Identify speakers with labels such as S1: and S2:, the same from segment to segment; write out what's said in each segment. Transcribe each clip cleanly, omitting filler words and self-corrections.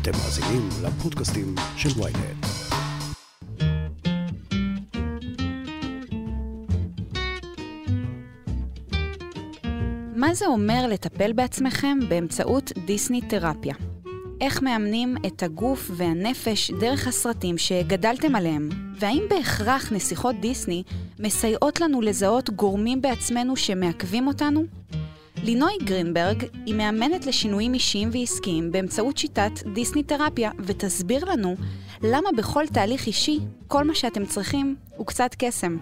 S1: אתם מאזינים לפודקאסטים של ynet.
S2: מה זה אומר לטפל בעצמכם באמצעות דיסני תרפיה? איך מאמנים את הגוף והנפש דרך הסרטים שגדלתם עליהם? והאם בהכרח נסיכות דיסני מסייעות לנו לזהות גורמים בעצמנו שמעכבים אותנו? לינוי גרינברג היא מאמנת לשינויים אישיים ועסקיים באמצעות שיטת דיסני תרפיה, ותסביר לנו למה בכל תהליך אישי כל מה שאתם צריכים הוא קצת קסם.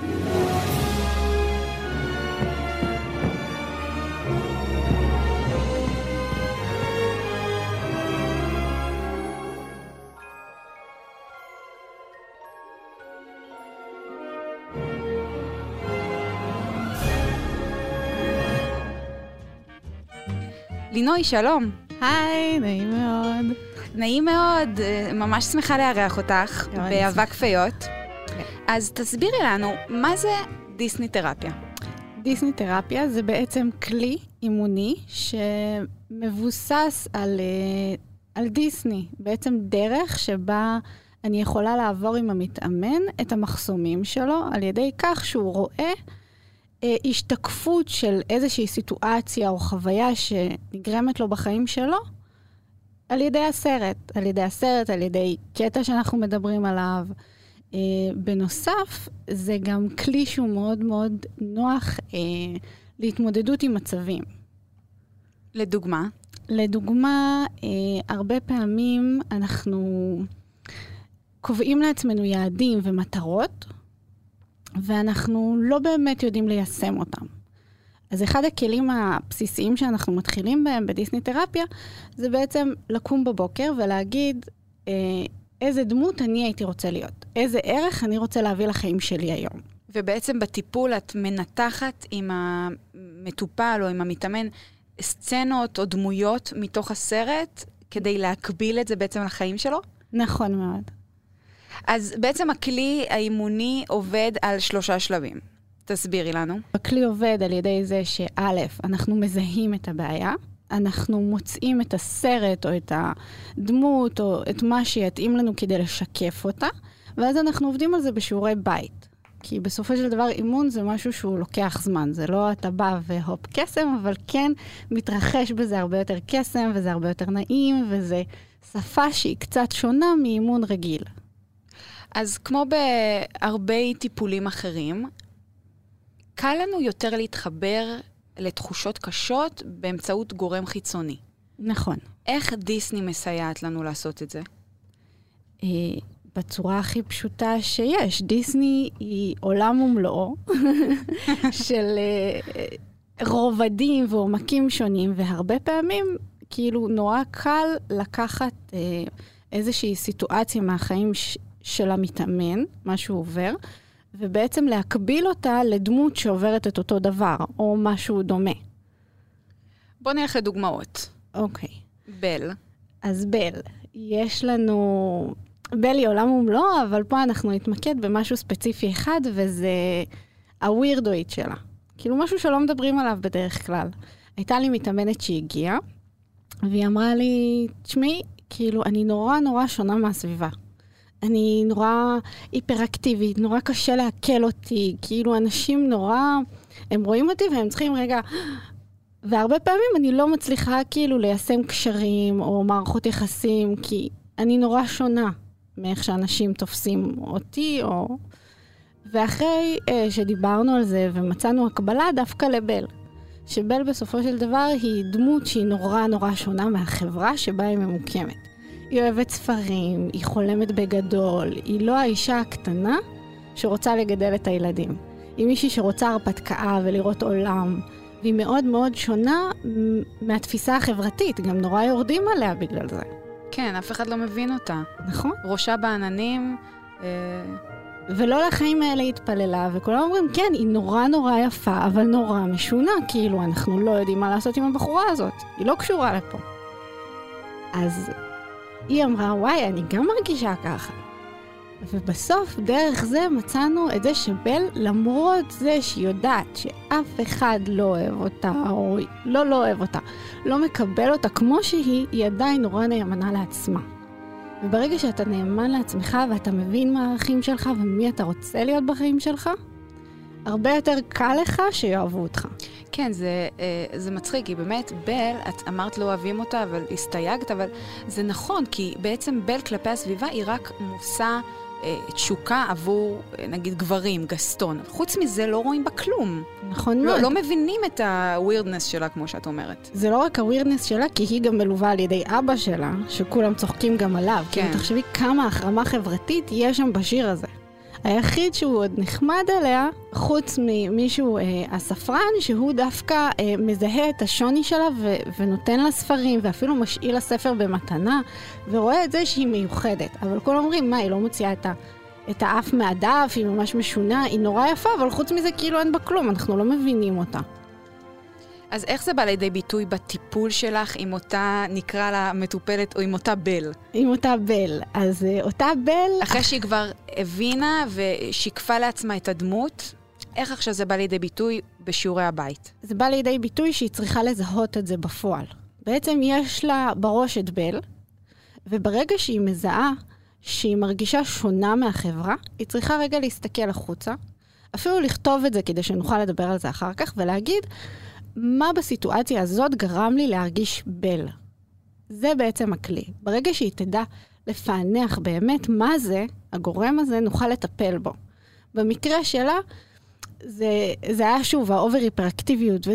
S2: לינוי, שלום.
S3: היי, נעים מאוד.
S2: נעים מאוד, ממש שמחה לארח אותך באבק פיות. אז תסבירי לנו, מה זה דיסני תרפיה?
S3: דיסני תרפיה זה בעצם כלי אימוני שמבוסס על דיסני. בעצם דרך שבה אני יכולה לעבור עם המתאמן את המחסומים שלו, על ידי כך שהוא רואה השתקפות של איזושהי סיטואציה או חוויה שנגרמת לו בחיים שלו, על ידי הסרט, על ידי קטע שאנחנו מדברים עליו. בנוסף, זה גם כלי שהוא מאוד מאוד נוח להתמודדות עם מצבים.
S2: לדוגמה?
S3: לדוגמה, הרבה פעמים אנחנו קובעים לעצמנו יעדים ומטרות, ואנחנו לא באמת יודעים ליישם אותם. אז אחד הכלים הבסיסיים שאנחנו מתחילים בהם בדיסני תרפיה, זה בעצם לקום בבוקר ולהגיד איזה דמות אני הייתי רוצה להיות, איזה ערך אני רוצה להביא לחיים שלי היום.
S2: ובעצם בטיפול את מנתחת עם המטופל או עם המתאמן סצנות או דמויות מתוך הסרט, כדי להקביל את זה בעצם לחיים שלו?
S3: נכון מאוד.
S2: אז בעצם הכלי האימוני עובד על 3 שלבים. תסבירי לנו.
S3: הכלי עובד על ידי זה שא', אנחנו מזהים את הבעיה, אנחנו מוצאים את הסרט או את הדמות או את מה שיתאים לנו כדי לשקף אותה, ואז אנחנו עובדים על זה בשיעורי בית. כי בסופו של דבר אימון זה משהו שהוא לוקח זמן, זה לא אתה בא והופ קסם, אבל כן מתרחש בזה הרבה יותר קסם, וזה הרבה יותר נעים, וזה שפה שהיא קצת שונה מאימון רגיל.
S2: אז כמו בהרבה טיפולים אחרים, קל לנו יותר להתחבר לתחושות קשות באמצעות גורם חיצוני.
S3: נכון.
S2: איך דיסני מסייעת לנו לעשות את זה?
S3: בצורה הכי פשוטה שיש. דיסני היא עולם ומלואו של רובדים ועומקים שונים, והרבה פעמים כאילו נורא קל לקחת איזושהי סיטואציה מהחיים של המתאמן, מה שהוא עובר, ובעצם להקביל אותה לדמות שעוברת את אותו דבר, או משהו דומה.
S2: בוא נלך לדוגמאות.
S3: אוקיי.
S2: בל.
S3: אז בל, יש לנו... בל היא עולם ומלואו, אבל פה אנחנו נתמקד במשהו ספציפי אחד, וזה הווירדואית שלה. כאילו משהו שלא מדברים עליו בדרך כלל. הייתה לי מתאמנת שהגיעה, והיא אמרה לי, תשמעי, כאילו אני נורא שונה מהסביבה. אני נורא היפראקטיבית, נורא קשה להקל אותי, כאילו אנשים נורא, הם רואים אותי והם צריכים רגע, והרבה פעמים אני לא מצליחה כאילו ליישם קשרים או מערכות יחסים, כי אני נורא שונה מאיך שאנשים תופסים אותי, ואחרי שדיברנו על זה ומצאנו הקבלה דווקא לבל, שבל בסופו של דבר היא דמות שהיא נורא שונה מהחברה שבה היא ממוקמת. היא אוהבת ספרים, היא חולמת בגדול, היא לא האישה הקטנה שרוצה לגדל את הילדים. היא מישהי שרוצה הרפתקה ולראות עולם, והיא מאוד שונה מהתפיסה החברתית, גם נורא יורדים עליה בגלל זה.
S2: כן, אף אחד לא מבין אותה.
S3: נכון.
S2: ראשה בעננים.
S3: ולא לחיים האלה התפללה, וכולם אומרים, כן, היא נורא יפה, אבל נורא משונה, כאילו אנחנו לא יודעים מה לעשות עם הבחורה הזאת. היא לא קשורה לפה. אז היא אמרה, וואי, אני גם מרגישה ככה. ובסוף, דרך זה מצאנו את זה שבל, למרות זה שהיא יודעת שאף אחד לא אוהב אותה, או לא אוהב אותה, לא מקבל אותה כמו שהיא, היא עדיין נורא נאמנה לעצמה. וברגע שאתה נאמן לעצמך ואתה מבין מה הערכים שלך ומי אתה רוצה להיות בחיים שלך, הרבה יותר קל לך שיאהבו אותך.
S2: כן, זה מצחיק, כי באמת בל, את אמרת לא אוהבים אותה, אבל הסתייגת, אבל זה נכון, כי בעצם בל כלפי הסביבה היא רק מושא תשוקה עבור, נגיד, גברים, גסטון. חוץ מזה לא רואים בה כלום.
S3: נכון מאוד.
S2: לא מבינים את הווירדנס שלה, כמו שאת אומרת.
S3: זה לא רק הווירדנס שלה, כי היא גם מלווה על ידי אבא שלה, שכולם צוחקים גם עליו.
S2: כן.
S3: כי תחשבי כמה החרמה חברתית יש שם בשיר הזה. היחיד שהוא עוד נחמד עליה, חוץ ממישהו הספרן, שהוא דווקא מזהה את השוני שלה ונותן לה ספרים, ואפילו משאיל לה ספר במתנה, ורואה את זה שהיא מיוחדת. אבל כולם אומרים, מה, היא לא מוציאה את האף מהדף, היא ממש משונה, היא נורא יפה, אבל חוץ מזה כאילו אין בה כלום, אנחנו לא מבינים אותה.
S2: אז איך זה בא לידי ביטוי בטיפול שלך עם אותה, נקרא לה מטופלת, או עם אותה בל?
S3: עם אותה בל. אז אותה בל...
S2: אחרי שהיא כבר הבינה ושיקפה לעצמה את הדמות, איך עכשיו זה בא לידי ביטוי בשיעורי הבית?
S3: זה בא לידי ביטוי שהיא צריכה לזהות את זה בפועל. בעצם יש לה בראש את בל, וברגע שהיא מזהה שהיא מרגישה שונה מהחברה, היא צריכה רגע להסתכל החוצה, אפילו לכתוב את זה כדי שנוכל לדבר על זה אחר כך, ולהגיד מה בסיטואציה הזאת גרם לי להרגיש בל. זה בעצם הכלי. ברגע שהיא תדע לפענח באמת מה זה, הגורם הזה, נוכל לטפל בו. במקרה שלה, זה היה שוב האובר היפראקטיביות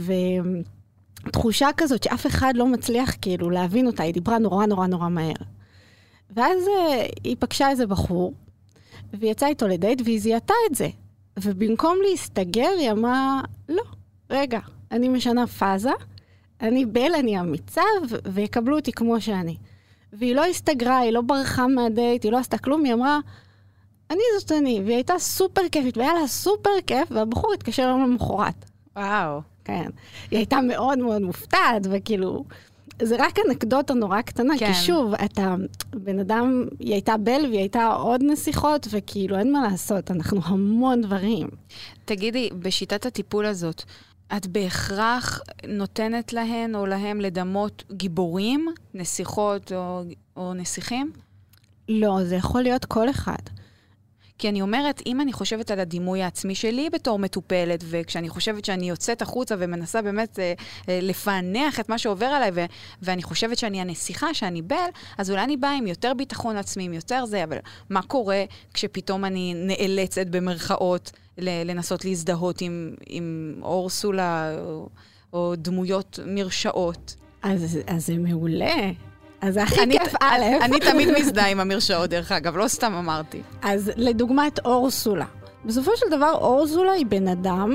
S3: ותחושה כזאת שאף אחד לא מצליח כאילו להבין אותה, היא דיברה נורא נורא נורא מהר. ואז היא פגשה איזה בחור, והיא יצאה איתו לדייט והיא זיהתה את זה. ובמקום להסתגר, היא אמרה, לא, רגע, אני משנה פאזה, אני בל, אני אמיצה, ויקבלו אותי כמו שאני. והיא לא הסתגרה, היא לא ברחה מהדייט, היא לא עשתה כלום, היא אמרה, אני זאת אני, והיא הייתה סופר כיפית, והיה לה סופר כיף, והבחור התקשר יום למחרת.
S2: וואו.
S3: כן. היא הייתה מאוד מאוד מופתעת, וכאילו, זה רק אנקדוטה נורא קטנה,
S2: כן.
S3: כי שוב, אתה בן אדם, היא הייתה בל, והיא הייתה עוד נסיכות, וכאילו, אין מה לעשות, אנחנו המון דברים.
S2: תגידי, בשיטת הטיפול הזאת, את בהכרח נותנת להן או להם לדמות גיבורים, נסיכות או נסיכים?
S3: לא, זה יכול להיות כל אחד.
S2: כי אני אומרת, אם אני חושבת על הדימוי העצמי שלי בתור מטופלת, וכשאני חושבת שאני יוצאת החוצה ומנסה באמת לפענח את מה שעובר עליי, ואני חושבת שאני הנסיכה, שאני בל, אז אולי אני באה עם יותר ביטחון עצמי, עם יותר זה, אבל מה קורה כשפתאום אני נאלצת במרכאות לנסות להזדהות עם אורסולה או דמויות מרשאות?
S3: אז זה מעולה. אז זה הכי כיף א'.
S2: אני תמיד מזדהה עם המרשאות, דרך אגב, לא סתם אמרתי.
S3: אז לדוגמת אורסולה. בסופו של דבר אורסולה היא בן אדם,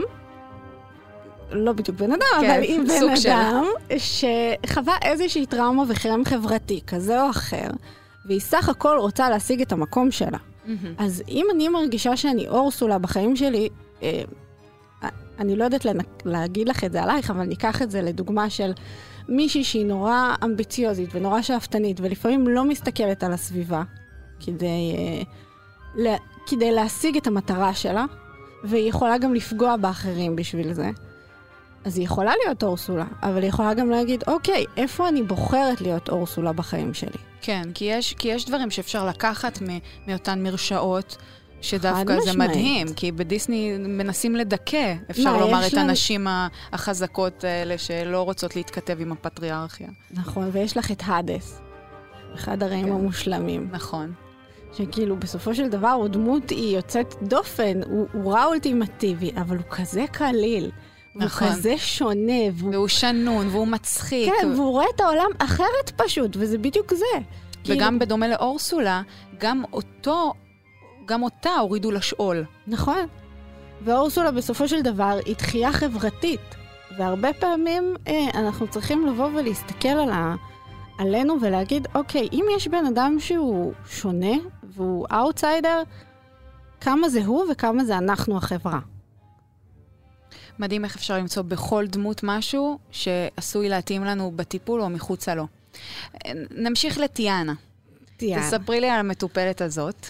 S3: לא בדיוק בן אדם,
S2: כן,
S3: אבל היא בן אדם
S2: שלה.
S3: שחווה איזושהי טראומה וחרם חברתי כזה או אחר, והיא סך הכל רוצה להשיג את המקום שלה. אז אם אני מרגישה שאני אורסולה בחיים שלי, אני לא יודעת להגיד לך את זה עלייך, אבל ניקח את זה לדוגמה של מישהי שהיא נורא אמביציוזית ונורא שאפתנית, ולפעמים לא מסתכלת על הסביבה כדי להשיג את המטרה שלה, והיא יכולה גם לפגוע באחרים בשביל זה. אז היא יכולה להיות אורסולה, אבל היא יכולה גם להגיד, אוקיי, איפה אני בוחרת להיות אורסולה בחיים שלי?
S2: כן, כי יש דברים שאפשר לקחת מאותן מרשאות, שדווקא זה מדהים, כי בדיסני מנסים לדכא, אפשר לומר, את הנשים החזקות האלה שלא רוצות להתכתב עם הפטריארכיה.
S3: נכון, ויש לך את האדס, אחד הרעים המושלמים.
S2: נכון.
S3: שכאילו בסופו של דבר הוא דמות, היא יוצאת דופן, הוא רע אולטימטיבי, אבל הוא כזה קליל.
S2: נכון.
S3: והוא כזה שונה.
S2: והוא שנון, והוא מצחיק.
S3: כן, והוא רואה את העולם אחרת פשוט, וזה בדיוק זה.
S2: וגם בדומה לאורסולה, גם אותה הורידו לשאול.
S3: נכון. ואורסולה בסופו של דבר היא דחייה חברתית. והרבה פעמים אנחנו צריכים לבוא ולהסתכל עלינו ולהגיד, אוקיי, אם יש בן אדם שהוא שונה והוא אאוטסיידר, כמה זה הוא וכמה זה אנחנו החברה.
S2: מדהים איך אפשר למצוא בכל דמות משהו שעשוי להתאים לנו בטיפול או מחוצה לו. נמשיך לטיאנה. תספרי לי על המטופלת הזאת.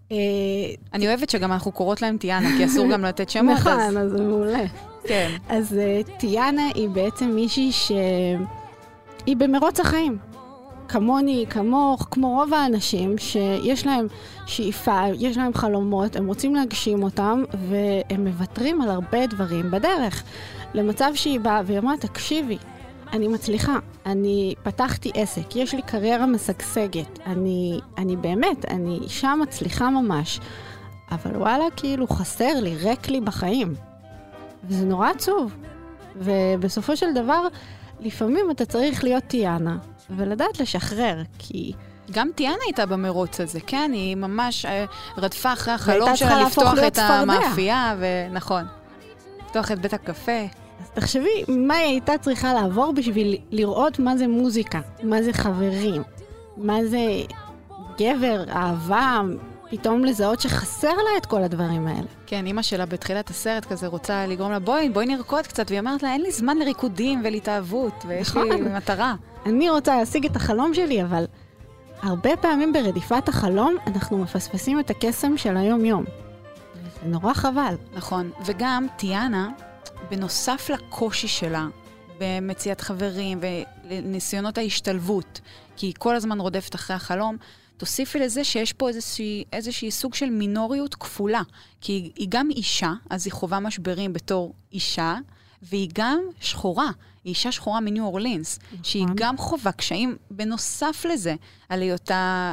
S2: אני אוהבת שגם אנחנו קוראות להם טיאנה, כי אסור גם לתת שמות.
S3: נכון, אז זה מעולה.
S2: כן.
S3: אז טיאנה היא בעצם מישהי שהיא במרוץ החיים. כמוני, כמוך, כמו רוב האנשים שיש להם שאיפה, יש להם חלומות, הם רוצים להגשים אותם, והם מוותרים על הרבה דברים בדרך. למצב שהיא באה והיא אמרה, תקשיבי, אני מצליחה, אני פתחתי עסק, יש לי קריירה משגשגת, אני באמת, אני אישה מצליחה ממש, אבל וואלה, כאילו חסר לי, ריק לי בחיים. וזה נורא עצוב. ובסופו של דבר, לפעמים אתה צריך להיות טיאנה, ולדעת לשחרר, כי...
S2: גם טיאנה הייתה במרוץ הזה, כן? היא ממש רדפה אחרי החלום שלה לפתוח את המאפייה, ונכון, לפתוח את בית הקפה.
S3: אז תחשבי, מה היא הייתה צריכה לעבור בשביל לראות מה זה מוזיקה, מה זה חברים, מה זה גבר, אהבה, פתאום לזהות שחסר לה את כל הדברים האלה.
S2: כן, אמא שלה בתחילת הסרט כזה רוצה לגרום לה, בואי נרקוד קצת, והיא אמרת לה, אין לי זמן לריקודים ולהתאהבות, ויש לי מטרה.
S3: אני רוצה להשיג את החלום שלי, אבל הרבה פעמים ברדיפת החלום, אנחנו מפספסים את הקסם של היום-יום. זה נורא חבל.
S2: נכון, וגם טיאנה, בנוסף לקושי שלה, במציאת חברים וניסיונות ההשתלבות, כי היא כל הזמן רודפת אחרי החלום, תוסיפי לזה שיש פה איזושהי סוג של מינוריות כפולה, כי היא גם אישה, אז היא חובה משברים בתור אישה, והיא גם שחורה, היא אישה שחורה מניו אורלינס, שהיא גם חובה קשיים בנוסף לזה, על היותה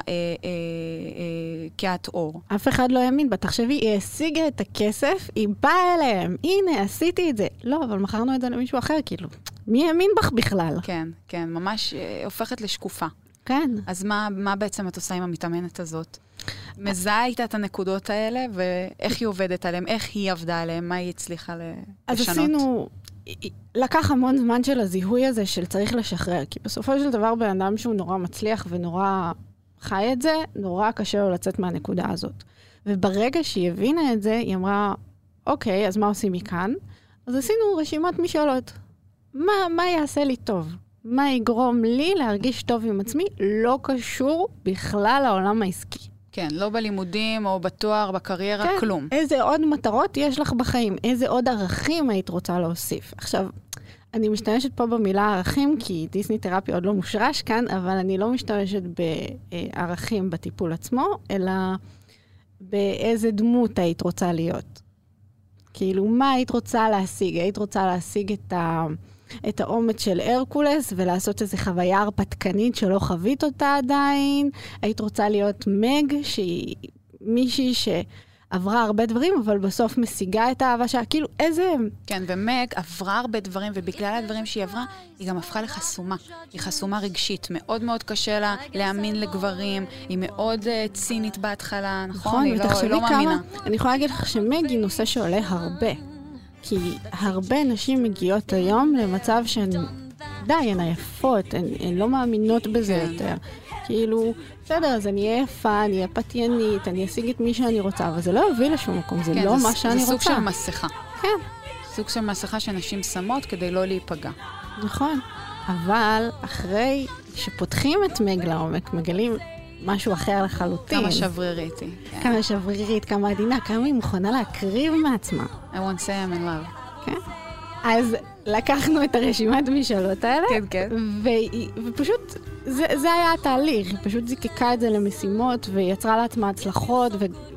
S2: כעת אור.
S3: אף אחד לא האמין בה, תחשבי, היא השיגה את הכסף, היא באה אליהם, הנה, עשיתי את זה. לא, אבל מכרנו את זה למישהו אחר, כאילו. מי האמין בך בכלל?
S2: כן, כן, ממש הופכת לשקופה.
S3: כן.
S2: אז מה בעצם את עושה עם המתאמנת הזאת? מזהה איתה את הנקודות האלה, ואיך היא עובדת עליהן, איך היא עבדה עליהן, מה היא הצליחה לשנות?
S3: אז עשינו, לקח המון זמן של הזיהוי הזה של צריך לשחרר, כי בסופו של דבר באדם שהוא נורא מצליח ונורא חי את זה, נורא קשה לו לצאת מהנקודה הזאת. וברגע שהיא הבינה את זה, היא אמרה, אוקיי, אז מה עושים מכאן? אז עשינו רשימת משאלות. מה יעשה לי טוב? מה יגרום לי להרגיש טוב עם עצמי? לא קשור בכלל לעולם העסקי.
S2: כן, לא בלימודים או בתואר, בקריירה,
S3: כן,
S2: כלום.
S3: איזה עוד מטרות יש לך בחיים? איזה עוד ערכים היית רוצה להוסיף? עכשיו, אני משתמשת פה במילה ערכים, כי דיסני תרפיה עוד לא מושרש כאן, אבל אני לא משתמשת בערכים בטיפול עצמו, אלא באיזה דמות היית רוצה להיות. כאילו, מה היית רוצה להשיג? היית רוצה להשיג את האומץ של הרקולס, ולעשות איזו חוויה הרפתקנית שלא חווית אותה עדיין. היית רוצה להיות מג, שהיא מישהי שעברה הרבה דברים, אבל בסוף משיגה את האהבה שלה. כאילו, איזה...
S2: כן, ומג עברה הרבה דברים, ובגלל הדברים שהיא עברה, היא גם הפכה לחסומה. היא חסומה רגשית. מאוד מאוד קשה לה להאמין לגברים. היא מאוד צינית בהתחלה, נכון? היא לא מאמינה.
S3: אני יכולה להגיד לך שמג היא נושא שעולה הרבה. כי הרבה נשים מגיעות היום למצב שהן, הן עייפות, הן לא מאמינות בזה יותר. כאילו, בסדר, אז אני אהיה יפה, אני אהיה פתיינית, אני אשיג את מי שאני רוצה, אבל זה לא יוביל לשום מקום, זה לא מה שאני רוצה.
S2: זה סוג של מסכה.
S3: כן.
S2: סוג של מסכה שנשים שמות כדי לא להיפגע.
S3: נכון, אבל אחרי שפותחים את מג לעומק, מגלים משהו אחר לחלוטין.
S2: כמה שברירית היא.
S3: כמה שברירית, כמה עדינה, כמה היא מוכנה להקריב מעצמה.
S2: I won't say I'm in love.
S3: כן. אז לקחנו את הרשימת משאלות האלה.
S2: כן, כן.
S3: ופשוט, זה היה התהליך. היא פשוט זיקקה את זה למשימות, ויצרה לעצמה הצלחות,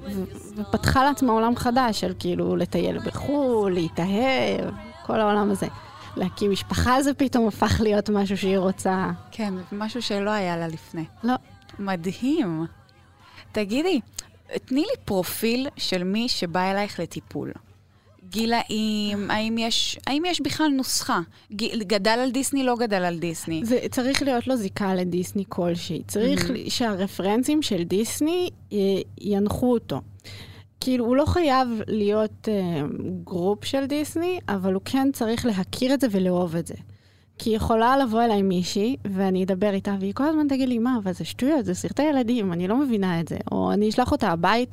S3: ופתחה לעצמה עולם חדש, של כאילו לטייל בחו"ל, להתאהב, כל העולם הזה. להקים משפחה זה פתאום הפך להיות משהו שהיא רוצה.
S2: כן, משהו שלא היה לה לפני.
S3: לא.
S2: מדהים. תגידי, תני לי פרופיל של מי שבא אלייך לטיפול. גילאים, האם יש בכלל נוסחה? גדל על דיסני, לא גדל על דיסני?
S3: זה צריך להיות לו זיקה לדיסני כלשהי. צריך שהרפרנסים של דיסני ינחו אותו. כאילו, הוא לא חייב להיות גרופ של דיסני, אבל הוא כן צריך להכיר את זה ולאהוב את זה. כי יכולה לבוא אליי מישהי, ואני אדבר איתה, והיא כל הזמן תגיד לי, מה, אבל זה שטויות, זה סרטי ילדים, אני לא מבינה את זה. או אני אשלח אותה הביתה,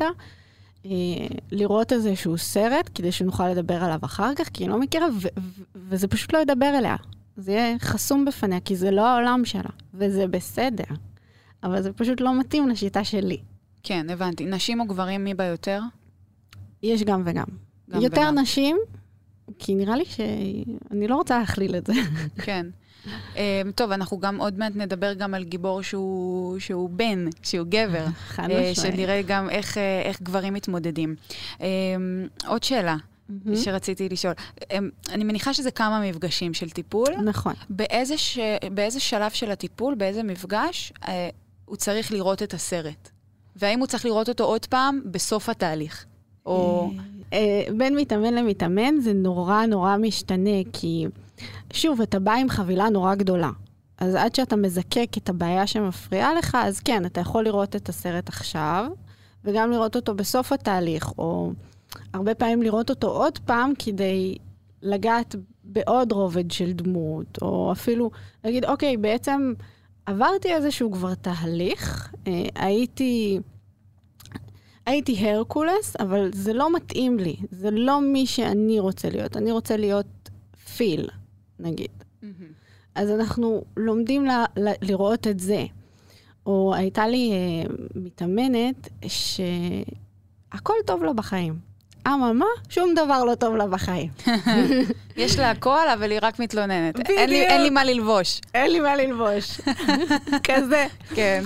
S3: לראות איזשהו סרט, כדי שנוכל לדבר עליו אחר כך, כי היא לא מכירה, וזה פשוט לא ידבר אליה. זה יהיה חסום בפניה, כי זה לא העולם שלה, וזה בסדר. אבל זה פשוט לא מתאים לשיטה שלי.
S2: כן, הבנתי. נשים או גברים, מי ביותר?
S3: יש גם וגם.
S2: גם
S3: יותר
S2: וגם.
S3: נשים, כי נראה לי שאני לא רוצה להכליל את זה.
S2: כן. טוב, אנחנו גם עוד מעט נדבר גם על גיבור שהוא בן, שהוא גבר.
S3: חד משמעית.
S2: שנראה גם איך גברים מתמודדים. עוד שאלה שרציתי לשאול. אני מניחה שזה כמה מפגשים של טיפול.
S3: נכון.
S2: באיזה שלב של הטיפול, באיזה מפגש, הוא צריך לראות את הסרט? והאם הוא צריך לראות אותו עוד פעם בסוף התהליך? או...
S3: בין מתאמן למתאמן זה נורא נורא משתנה, כי שוב, אתה בא עם חבילה נורא גדולה. אז עד שאתה מזקק את הבעיה שמפריעה לך, אז כן, אתה יכול לראות את הסרט עכשיו, וגם לראות אותו בסוף התהליך, או הרבה פעמים לראות אותו עוד פעם, כדי לגעת בעוד רובד של דמות, או אפילו להגיד, אוקיי, בעצם עברתי איזשהו כבר תהליך, הייתי הרקולס, אבל זה לא מתאים לי. זה לא מי שאני רוצה להיות. אני רוצה להיות פיל, נגיד. אז אנחנו לומדים לראות את זה. או הייתה לי מתאמנת שהכל טוב לה בחיים. מה? שום דבר לא טוב לה בחיים.
S2: יש לה הכל, אבל היא רק מתלוננת. אין לי מה ללבוש.
S3: אין לי מה ללבוש. כזה.
S2: כן.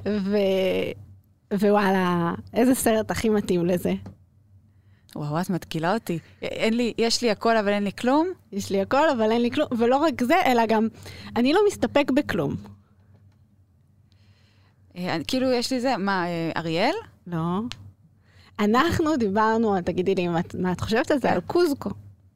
S3: ווואלה, איזה סרט הכי מתאים לזה.
S2: וואו, את מתקילה אותי. יש לי הכל, אבל אין לי כלום?
S3: יש לי הכל, אבל אין לי כלום. ולא רק זה, אלא גם, אני לא מסתפק בכלום.
S2: כאילו, יש לי זה, מה, אריאל?
S3: לא. אנחנו דיברנו, תגידי לי, מה את חושבת על זה? על קוזקו.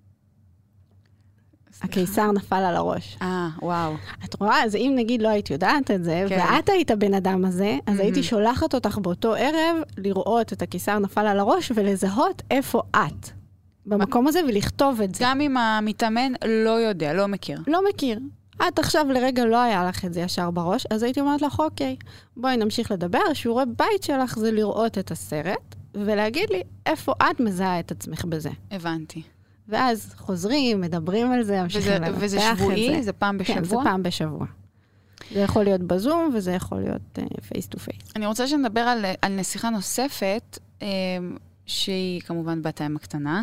S3: הקיסר נפל על הראש.
S2: וואו.
S3: את רואה? אז אם נגיד לא היית יודעת את זה, ואת היית הבן אדם הזה, אז הייתי שולחת אותך באותו ערב לראות את הקיסר נפל על הראש, ולזהות איפה את במקום הזה, ולכתוב את זה.
S2: גם אם המתאמן לא יודע, לא מכיר.
S3: לא מכיר. את עכשיו לרגע לא היה לך את זה ישר בראש, אז הייתי אומרת לך, אוקיי, בואי נמשיך לדבר, שיעורי בית שלך זה לראות את הסרט, ולהגיד לי איפה את מזהה את עצמך בזה.
S2: הבנתי.
S3: ואז חוזרים, מדברים על זה, ממשיכים לנתח את זה.
S2: וזה שבועי? זה פעם בשבוע?
S3: כן, זה פעם בשבוע. זה יכול להיות בזום, וזה יכול להיות פייס טו פייס.
S2: אני רוצה שנדבר על נסיכה נוספת, שהיא כמובן בת הים הקטנה.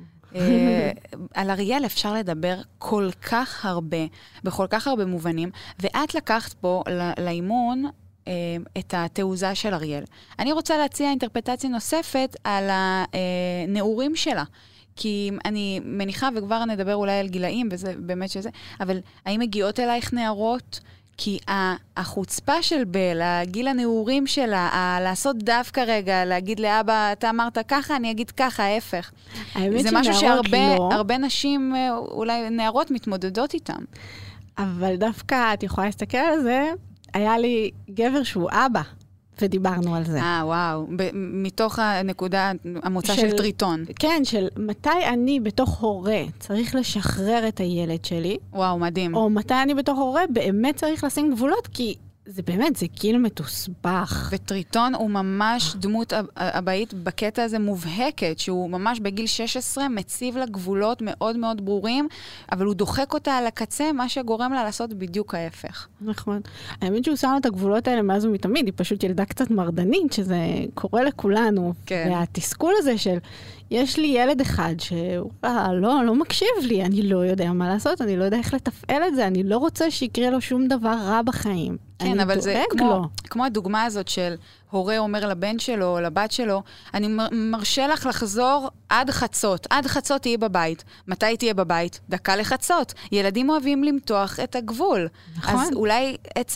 S2: על אריאל אפשר לדבר כל כך הרבה, בכל כך הרבה מובנים, ואת לקחת פה לאימון את התעוזה של אריאל. אני רוצה להציע אינטרפטציה נוספת על הנעורים שלה. כי אני מניחה, וכבר נדבר אולי על גילאים, וזה באמת שזה, אבל האם מגיעות אלייך נערות? כי החוצפה של בל, הגיל הנעורים שלה, לעשות דווקא רגע, להגיד לאבא, אתה אמרת ככה, אני אגיד ככה, ההפך. זה משהו שהרבה נשים, אולי נערות, מתמודדות איתם.
S3: אבל דווקא את יכולה להסתכל על זה, היה לי גבר שהוא אבא. ודיברנו על זה.
S2: וואו. מתוך הנקודה, המוצא של טריטון.
S3: כן, של מתי אני בתוך הורה צריך לשחרר את הילד שלי.
S2: וואו, מדהים.
S3: או מתי אני בתוך הורה באמת צריך לשים גבולות, כי זה באמת, זה גיל מתוסבך.
S2: וטריטון הוא ממש דמות הבאית בקטע הזה מובהקת, שהוא ממש בגיל 16 מציב לה גבולות מאוד מאוד ברורים, אבל הוא דוחק אותה על הקצה, מה שגורם לה לעשות בדיוק ההפך.
S3: נכון. האמת שהוא שם את הגבולות האלה מאז ומתמיד, היא פשוט ילדה קצת מרדנית, שזה קורה לכולנו.
S2: כן.
S3: והתסכול הזה של, יש לי ילד אחד שהוא לא מקשיב לי, אני לא יודע מה לעשות, אני לא יודע איך לתפעל את זה, אני לא רוצה שיקרה לו שום דבר רע בחיים.
S2: כן, אבל זה כמו הדוגמה הזאת של הורה אומר לבן שלו או לבת שלו, אני מרשה לך לחזור עד חצות. עד חצות תהיה בבית. מתי תהיה בבית? דקה לחצות. ילדים אוהבים למתוח את הגבול.
S3: נכון.
S2: אז אולי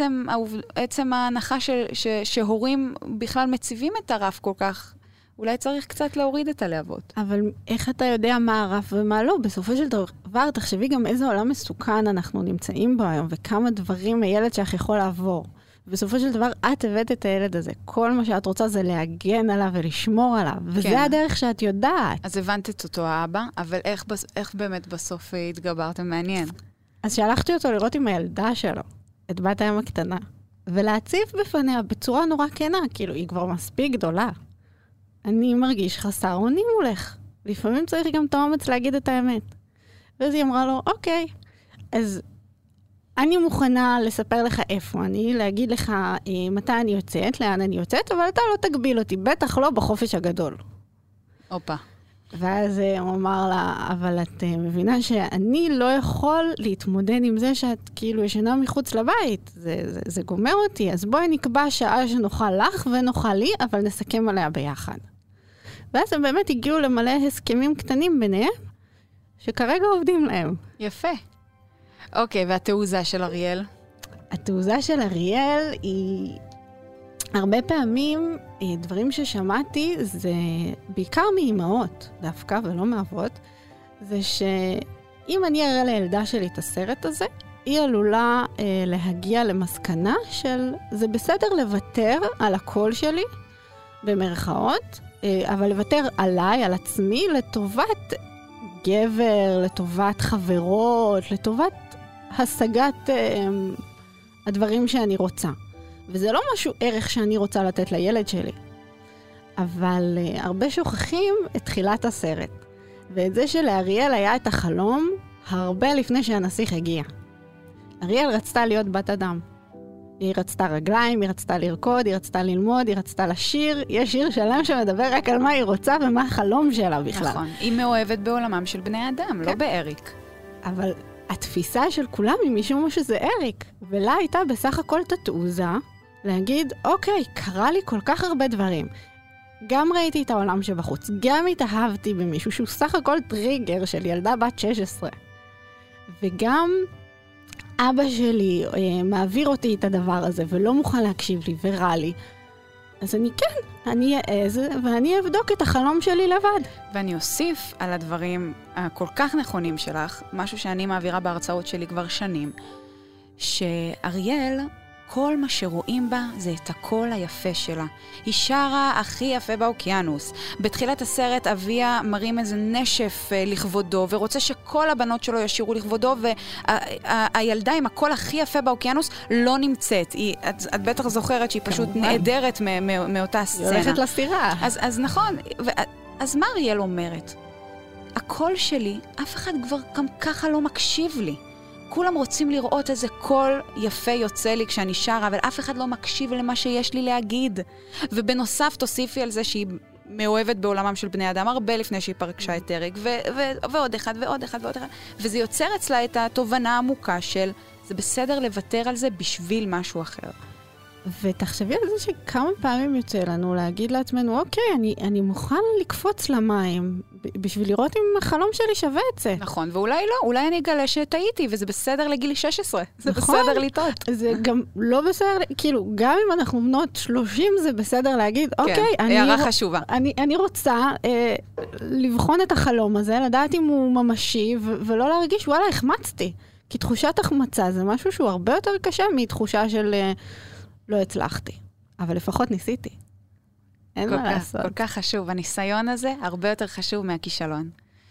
S2: עצם ההנחה שהורים בכלל מציבים את הרף כל כך, אולי צריך קצת להוריד את הלהבות.
S3: אבל איך אתה יודע מה הרף ומה לא? בסופו של דבר, תחשבי גם איזה עולם מסוכן אנחנו נמצאים בו היום, וכמה דברים הילד שלך יכול לעבור. בסופו של דבר, את הבאת את הילד הזה. כל מה שאת רוצה זה להגן עליו ולשמור עליו. וזה כן. הדרך שאת יודעת.
S2: אז הבנת את אותו האבא, אבל איך באמת בסוף התגברתם? מעניין.
S3: אז שלחתי אותו לראות עם הילדה שלו, את בת הים הקטנה, ולהציב בפניה בצורה נורא כנה, כאילו היא כבר מספיק גדולה. אני מרגיש חסר אונים מולך. לפעמים צריך גם את האומץ להגיד את האמת. ואז היא אמרה לו, אוקיי. אז אני מוכנה לספר לך איפה אני, להגיד לך מתי אני יוצאת, לאן אני יוצאת, אבל אתה לא תגביל אותי, בטח לא בחופש הגדול.
S2: אופה.
S3: ואז הוא אמר לה, אבל את מבינה שאני לא יכול להתמודד עם זה שאת כאילו ישנה מחוץ לבית. זה גומר אותי, אז בואי נקבע שעה שנוכל לך ונוכל לי, אבל נסכם עליה ביחד. ואז הם באמת הגיעו למלא הסכמים קטנים ביניהם, שכרגע עובדים להם.
S2: יפה. אוקיי, והתעוזה של אריאל?
S3: התעוזה של אריאל היא... הרבה פעמים דברים ששמעתי זה בעיקר מאימהות דווקא ולא מאבות, זה שאם אני אראה לילדה שלי את הסרט הזה, היא עלולה להגיע למסקנה של זה בסדר לוותר על הקול שלי במרכאות, אבל לוותר עליי, על עצמי, לטובת גבר, לטובת חברות, לטובת השגת הדברים שאני רוצה. וזה לא משהו ערך שאני רוצה לתת לילד שלי. אבל הרבה שוכחים את תחילת הסרט. ואת זה שלאריאל היה את החלום הרבה לפני שהנסיך הגיע. אריאל רצתה להיות בת אדם. היא רצתה רגליים, היא רצתה לרקוד, היא רצתה ללמוד, היא רצתה לשיר. יש שיר שלם שמדבר רק על מה היא רוצה ומה החלום שלה בכלל.
S2: נכון. היא מאוהבת בעולמם של בני אדם, כן. לא באריק.
S3: אבל התפיסה של כולם היא משום שזה אריק. ולה הייתה בסך הכל את התעוזה להגיד, אוקיי, קרה לי כל כך הרבה דברים. גם ראיתי את העולם שבחוץ, גם התאהבתי במישהו שהוא סך הכל טריגר של ילדה בת 16. וגם אבא שלי מעביר אותי את הדבר הזה ולא מוכן להקשיב לי ורע לי. אז אני אעז ואני אבדוק את החלום שלי לבד.
S2: ואני אוסיף על הדברים הכל כך נכונים שלך, משהו שאני מעבירה בהרצאות שלי כבר שנים, שאריאל, כל מה שרואים בה זה את הקול היפה שלה. היא שרה הכי יפה באוקיינוס. בתחילת הסרט אביה מרים איזה נשף לכבודו, ורוצה שכל הבנות שלו ישירו לכבודו, והילדה עם הקול הכי יפה באוקיינוס לא נמצאת. את בטח זוכרת שהיא פשוט נעדרת מאותה הסצנה.
S3: היא הולכת לסירה.
S2: אז נכון, אז מה אריאל אומרת? הקול שלי, אף אחד כבר גם ככה לא מקשיב לי. כולם רוצים לראות איזה קול יפה יוצא לי כשאני שרה, אבל אף אחד לא מקשיב למה שיש לי להגיד. ובנוסף תוסיפי על זה שהיא מאוהבת בעולמם של בני אדם הרבה לפני שהיא פרקשה את אריק, ועוד אחד ועוד אחד ועוד אחד. וזה יוצר אצלה את התובנה העמוקה של זה בסדר לוותר על זה בשביל משהו אחר.
S3: ותחשבי על זה שכמה פעמים יוצא לנו להגיד לעצמנו, אוקיי, אני מוכן לקפוץ למים בשביל לראות אם החלום שלי שווה את זה.
S2: נכון, ואולי לא, אולי אני אגלה שטעיתי, וזה בסדר לגיל 16. זה נכון, בסדר לטעות.
S3: זה גם לא בסדר, כאילו, גם אם אנחנו בנות 30, זה בסדר להגיד, אוקיי,
S2: כן, הערה חשובה.
S3: אני רוצה לבחון את החלום הזה, לדעת אם הוא ממשי, ולא להרגיש, וואלה, החמצתי. כי תחושת החמצה זה משהו שהוא הרבה יותר קשה מתחושה של לא הצלחתי, אבל לפחות ניסיתי. אין מה לעשות.
S2: כל כך חשוב. הניסיון הזה הרבה יותר חשוב מהכישלון.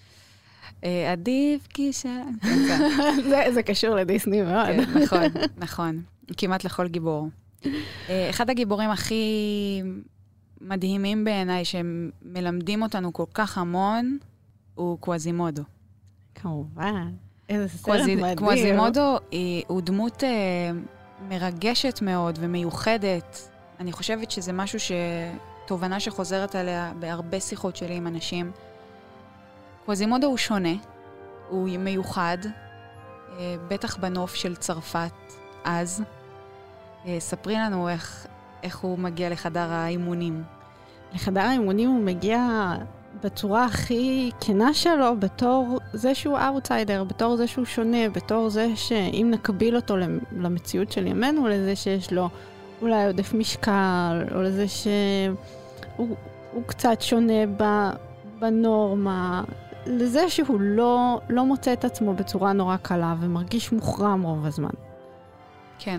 S2: עדיף כישלון.
S3: זה קשור לדיסני מאוד.
S2: נכון, נכון. כמעט לכל גיבור. אחד הגיבורים הכי מדהימים בעיניי, שמלמדים אותנו כל כך המון, הוא קווזימודו.
S3: כמובן. איזה סרט מדהים.
S2: קווזימודו הוא דמות מרגשת מאוד ומיוחדת. אני חושבת שזה משהו תובנה שחוזרת עליה בהרבה שיחות שלי עם אנשים. קווזימודו הוא שונה, הוא מיוחד, בטח בנוף של צרפת אז. ספרי לנו איך הוא מגיע לחדר האימונים.
S3: לחדר האימונים הוא מגיע בצורה הכי כנה שלו, בתור זה שהוא אאוטסיידר, בתור זה שהוא שונה, בתור זה שאם נקביל אותו למציאות של ימינו, לזה שיש לו אולי עודף משקל, או לזה שהוא קצת שונה בנורמה, לזה שהוא לא מוצא את עצמו בצורה נורא קלה ומרגיש מוחרם רוב הזמן.
S2: כן,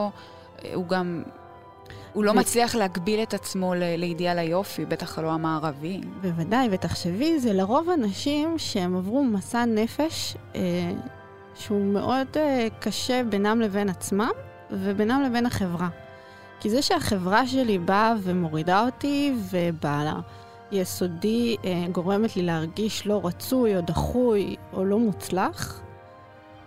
S2: הוא לא מצליח להגביל את עצמו לאידיאל היופי, בטח לא המערבי.
S3: בוודאי, ותחשבי, זה לרוב אנשים שהם עברו מסע נפש שהוא מאוד קשה בינם לבין עצמם ובינם לבין החברה. כי זה שהחברה שלי באה ומורידה אותי וביסודי גורמת לי להרגיש לא רצוי או דחוי או לא מוצלח,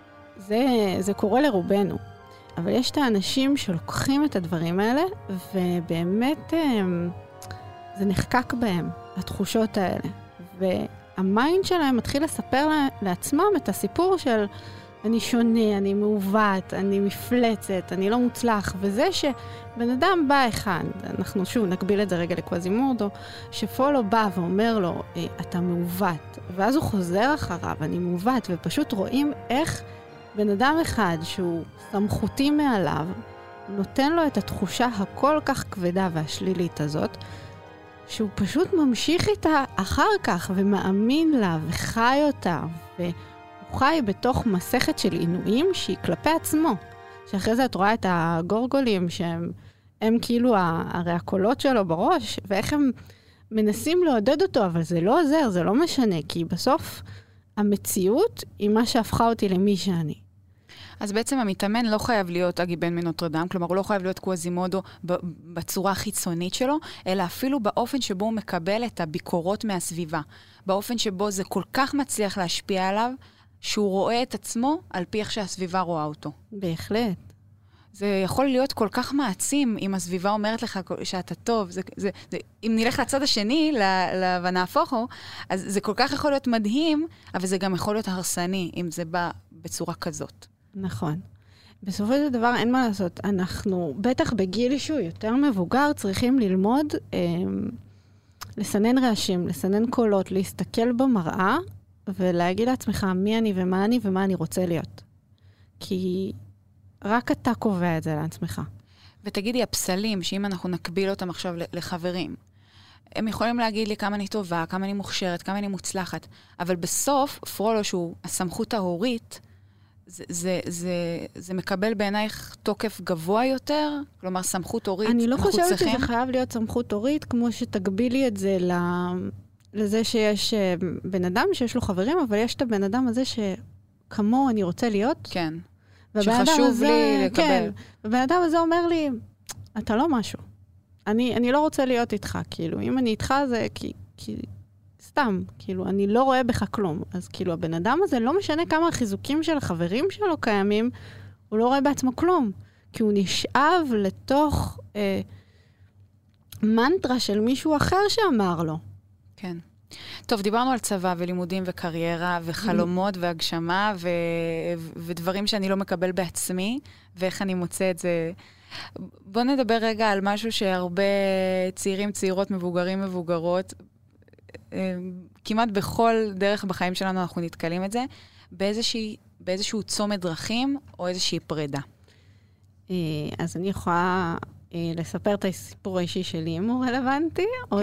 S3: זה קורה לרובנו. אבל יש את האנשים שלוקחים את הדברים האלה, ובאמת זה נחקק בהם, התחושות האלה. והמיינד שלהם מתחיל לספר לעצמם את הסיפור של אני שונה, אני מעוות, אני מפלצת, אני לא מוצלח. וזה שבן אדם בא אחד, אנחנו שוב נקביל את זה רגע לקווזימורדו, שפולו בא ואומר לו, אתה מעוות. ואז הוא חוזר אחריו, אני מעוות, ופשוט רואים איך בן אדם אחד שהוא סמכותי מעליו, נותן לו את התחושה הכל כך כבדה והשלילית הזאת, שהוא פשוט ממשיך איתה אחר כך ומאמין לה וחי אותה, והוא חי בתוך מסכת של עינויים שהיא כלפי עצמו. שאחרי זה את רואה את הגורגולים שהם כאילו הרי הקולות שלו בראש, ואיך הם מנסים לעודד אותו, אבל זה לא עוזר, זה לא משנה, כי בסוף המציאות היא מה שהפכה אותי למי שאני.
S2: אז בעצם המתאמן לא חייב להיות אגי בן מנוטרדם, כלומר הוא לא חייב להיות קווזימודו בצורה החיצונית שלו, אלא אפילו באופן שבו הוא מקבל את הביקורות מהסביבה. באופן שבו זה כל כך מצליח להשפיע עליו, שהוא רואה את עצמו על פי איך שהסביבה רואה אותו.
S3: בהחלט.
S2: זה יכול להיות כל כך מעצים אם הסביבה אומרת לך שאתה טוב. אם נלך לצד השני, ונהפוכו, אז זה כל כך יכול להיות מדהים, אבל זה גם יכול להיות הרסני, אם זה בא בצורה כזאת.
S3: נכון. בסופו של דבר אין מה לעשות. אנחנו, בטח בגיל שהוא יותר מבוגר, צריכים ללמוד לסנן רעשים, לסנן קולות, להסתכל במראה, ולהגיד לעצמך מי אני ומה אני רוצה להיות. כי רק אתה קובע את זה לעצמך.
S2: ותגידי, הפסלים, שאם אנחנו נקביל אותם עכשיו לחברים, הם יכולים להגיד לי כמה אני טובה, כמה אני מוכשרת, כמה אני מוצלחת, אבל בסוף, פרולו שהוא הסמכות ההורית, זה מקבל בעינייך תוקף גבוה יותר? כלומר, סמכות הורית.
S3: אני לא חושבת שזה חייב להיות סמכות הורית, כמו שתגבילי את זה לזה שיש בן אדם שיש לו חברים, אבל יש את הבן אדם הזה שכמו אני רוצה להיות.
S2: כן. שחשוב לי לקבל.
S3: כן. ובן אדם הזה אומר לי, אתה לא משהו. אני לא רוצה להיות איתך, כאילו. אם אני איתך זה כי סתם, כאילו, אני לא רואה בך כלום. אז כאילו, הבן אדם הזה, לא משנה כמה החיזוקים של החברים שלו קיימים, הוא לא רואה בעצמו כלום. כי הוא נשאב לתוך מנטרה של מישהו אחר שאמר לו.
S2: כן. טוב, דיברנו על צבא ולימודים וקריירה וחלומות והגשמה ודברים שאני לא מקבל בעצמי, ואיך אני מוצא את זה. בוא נדבר רגע על משהו שהרבה צעירים, צעירות, מבוגרים, מבוגרות, כמעט בכל דרך בחיים שלנו אנחנו נתקלים את זה, באיזשהו צומת דרכים או איזושהי פרידה.
S3: אז אני יכולה לספר את הסיפור האישי שלי, אם הוא רלוונטי, או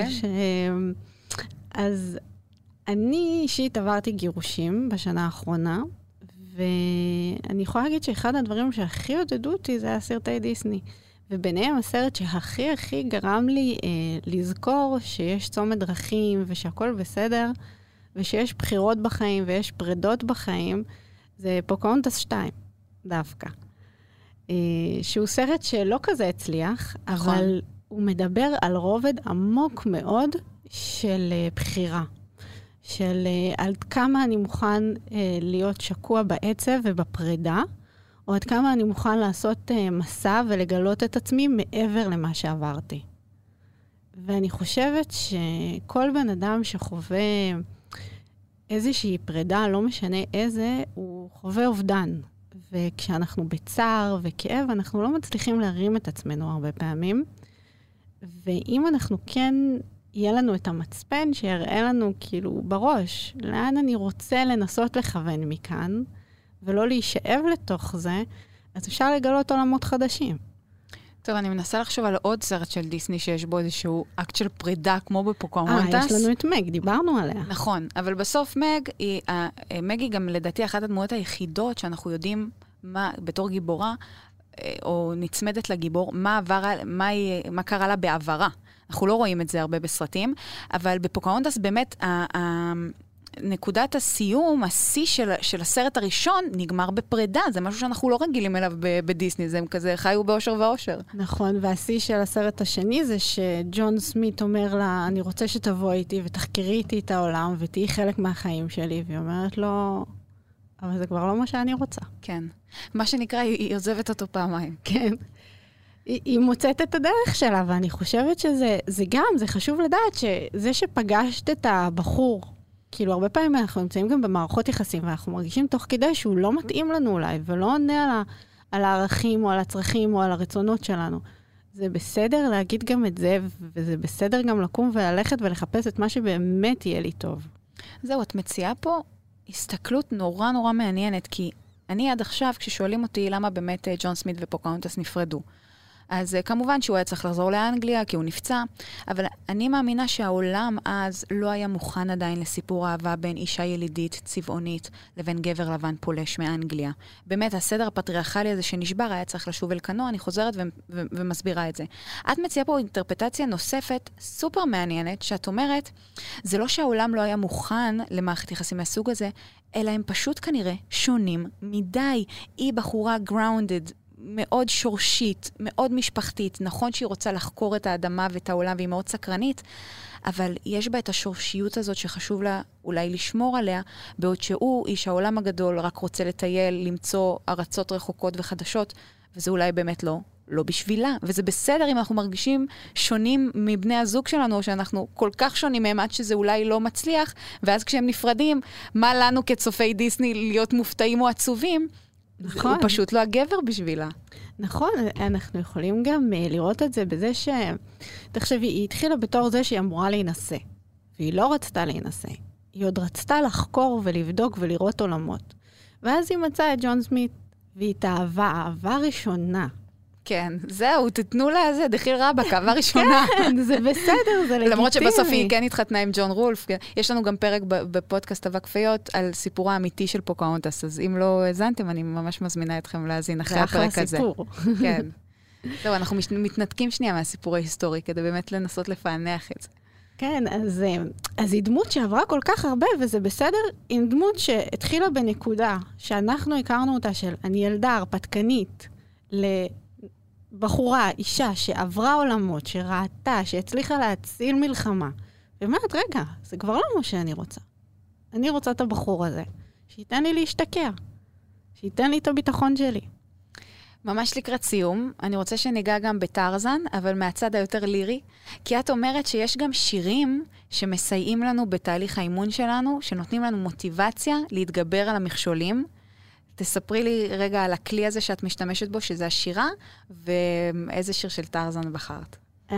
S3: אז אני אישית עברתי גירושים בשנה האחרונה, ואני יכולה להגיד שאחד הדברים שהכי עודדו אותי זה היה סרטי דיסני. וביניהם הסרט שהכי גרם לי לזכור שיש צומת דרכים ושהכל בסדר, ושיש בחירות בחיים ויש פרידות בחיים, זה פוקהונטס 2, דווקא. שהוא סרט שלא כזה הצליח,
S2: נכון.
S3: אבל הוא מדבר על רובד עמוק מאוד של בחירה. של עד כמה אני מוכן להיות שקוע בעצב ובפרידה, או עד כמה אני מוכן לעשות מסע ולגלות את עצמי מעבר למה שעברתי. ואני חושבת שכל בן אדם שחווה איזושהי פרידה, לא משנה איזה, הוא חווה אובדן. וכשאנחנו בצער וכאב, אנחנו לא מצליחים להרים את עצמנו הרבה פעמים. ואם אנחנו כן, יהיה לנו את המצפן שיראה לנו כאילו בראש, לאן אני רוצה לנסות לכוון מכאן, ולא להישאב לתוך זה, אז אפשר לגלות עולמות חדשים.
S2: טוב, אני מנסה לחשוב על עוד סרט של דיסני שיש בו איזשהו אקט של פרידה, כמו בפוקהונטס.
S3: יש לנו את מג, דיברנו עליה.
S2: נכון, אבל בסוף מג היא גם לדעתי אחת הדמויות היחידות שאנחנו יודעים מה, בתור גיבורה, או נצמדת לגיבור, מה קרה לה בעברה. אנחנו לא רואים את זה הרבה בסרטים, אבל בפוקהונטס באמת נקודת הסיום, השיא של הסרט הראשון, נגמר בפרידה. זה משהו שאנחנו לא רגילים אליו בדיסני, זה כזה חיו באושר ואושר.
S3: נכון, והשיא של הסרט השני זה שג'ון סמית אומר לה, אני רוצה שתבוא איתי ותחקרי איתי את העולם, ותהי חלק מהחיים שלי, והיא אומרת לו, אבל זה כבר לא מה שאני רוצה.
S2: כן. מה שנקרא, היא עוזבת אותו פעמיים.
S3: כן. היא מוצאת את הדרך שלה, ואני חושבת שזה גם, זה חשוב לדעת שזה שפגשת את הבחור, כאילו הרבה פעמים אנחנו נמצאים גם במערכות יחסים, ואנחנו מרגישים תוך כדי שהוא לא מתאים לנו אולי, ולא עונה על הערכים או על הצרכים או על הרצונות שלנו. זה בסדר להגיד גם את זה, וזה בסדר גם לקום וללכת ולחפש את מה שבאמת יהיה לי טוב.
S2: זהו, את מציעה פה הסתכלות נורא נורא מעניינת, כי אני עד עכשיו, כששואלים אותי למה באמת ג'ון סמית ופוקהונטס נפרדו, אז כמובן שהוא היה צריך לחזור לאנגליה, כי הוא נפצע, אבל אני מאמינה שהעולם אז לא היה מוכן עדיין לסיפור אהבה בין אישה ילידית, צבעונית, לבין גבר לבן פולש מאנגליה. באמת, הסדר הפטריארכלי הזה שנשבר היה צריך לשוב אל כנו, אני חוזרת ומסבירה את זה. את מציעה פה אינטרפטציה נוספת, סופר מעניינת, שאת אומרת, זה לא שהעולם לא היה מוכן למערכת יחסים מהסוג הזה, אלא הם פשוט כנראה שונים מדי. היא בחורה grounded, מאוד שורשית, מאוד משפחתית. נכון שהיא רוצה לחקור את האדמה ואת העולם, והיא מאוד סקרנית, אבל יש בה את השורשיות הזאת שחשוב לה אולי לשמור עליה, בעוד שהוא, איש העולם הגדול, רק רוצה לטייל, למצוא ארצות רחוקות וחדשות, וזה אולי באמת לא בשבילה. וזה בסדר אם אנחנו מרגישים שונים מבני הזוג שלנו, או שאנחנו כל כך שונים מהם עד שזה אולי לא מצליח, ואז כשהם נפרדים, מה לנו כצופי דיסני להיות מופתעים או עצובים? נכון. הוא פשוט לא הגבר בשבילה.
S3: נכון, אנחנו יכולים גם לראות את זה בזה תחשבי, היא התחילה בתור זה שהיא אמורה להינשא, והיא לא רצתה להינשא. היא עוד רצתה לחקור ולבדוק ולראות עולמות. ואז היא מצאה את ג'ון סמית, והיא התאהבה, אהבה ראשונה.
S2: כן, זהו, תתנו לה זה, דחיל רבק, אהבה ראשונה.
S3: כן, זה בסדר, זה לגיטימי.
S2: למרות שבסוף היא כן התחתנה עם ג'ון רולף. יש לנו גם פרק בפודקאסט אבק כפיות על סיפור האמיתי של פוקהונטס, אז אם לא האזנתם, אני ממש מזמינה אתכם להאזין אחרי הפרק הזה.
S3: זה אחלה סיפור.
S2: כן. זהו, אנחנו מתנתקים שנייה מהסיפור ההיסטורי, כדי באמת לנסות לפענח את זה.
S3: כן, אז היא דמות שעברה כל כך הרבה, וזה בסדר, עם דמות שהתחילה בנקודה, שאנחנו הכרנו אותה של אני ילדה הרפתקנית, בחורה, אישה שעברה עולמות, שראתה, שהצליחה להציל מלחמה. ואומרת, רגע, זה כבר לא מה שאני רוצה. אני רוצה את הבחור הזה, שייתן לי להשתקע, שייתן לי את הביטחון שלי.
S2: ממש לקראת סיום, אני רוצה שניגע גם בטרזן, אבל מהצד היותר לירי, כי את אומרת שיש גם שירים שמסייעים לנו בתהליך האימון שלנו, שנותנים לנו מוטיבציה להתגבר על המכשולים. תספרי לי רגע על הכלי הזה שאת משתמשת בו, שזה השירה, ואיזה שיר של טרזן בחרת.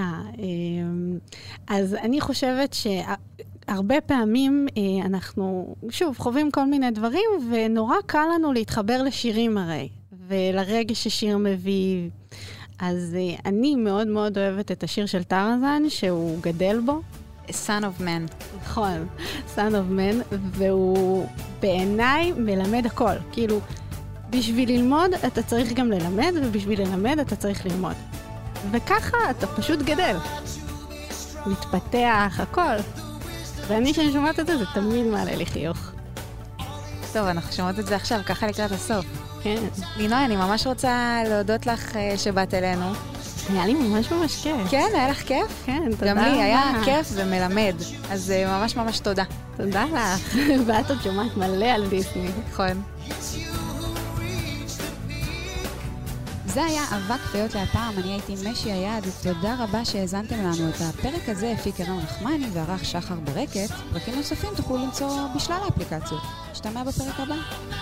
S3: אז אני חושבת שהרבה פעמים אנחנו, שוב, חווים כל מיני דברים, ונורא קל לנו להתחבר לשירים הרי, ולרגש ששיר מביא. אז אני מאוד מאוד אוהבת את השיר של טרזן, שהוא גדל בו.
S2: Son of Man.
S3: נכון, Son of Man, והוא בעיניי מלמד הכל. כאילו, בשביל ללמוד אתה צריך גם ללמד, ובשביל ללמד אתה צריך ללמוד. וככה אתה פשוט גדל. מתפתח, הכל. ואני שאני שומעת את זה, זה תמיד מעלה לי חיוך.
S2: טוב, אנחנו שומעות את זה עכשיו, ככה לקראת הסוף.
S3: כן.
S2: לינוי, אני ממש רוצה להודות לך שבאת אלינו.
S3: היה לי ממש ממש כיף.
S2: כן, היה לך כיף?
S3: כן, תודה
S2: גם לי היה כיף ומלמד. אז ממש ממש תודה.
S3: תודה לך. ואת עוד שומעת מלא על דיסני.
S2: נכון. זה היה אבק כפיות להפעם, אני הייתי משי היד, תודה רבה שהאזנתם לנו. את הפרק הזה הפיק ערן רחמני וערך שחר ברקת. פרקים נוספים תוכלו למצוא בשלל האפליקציות. נשתמע בפרק הבא.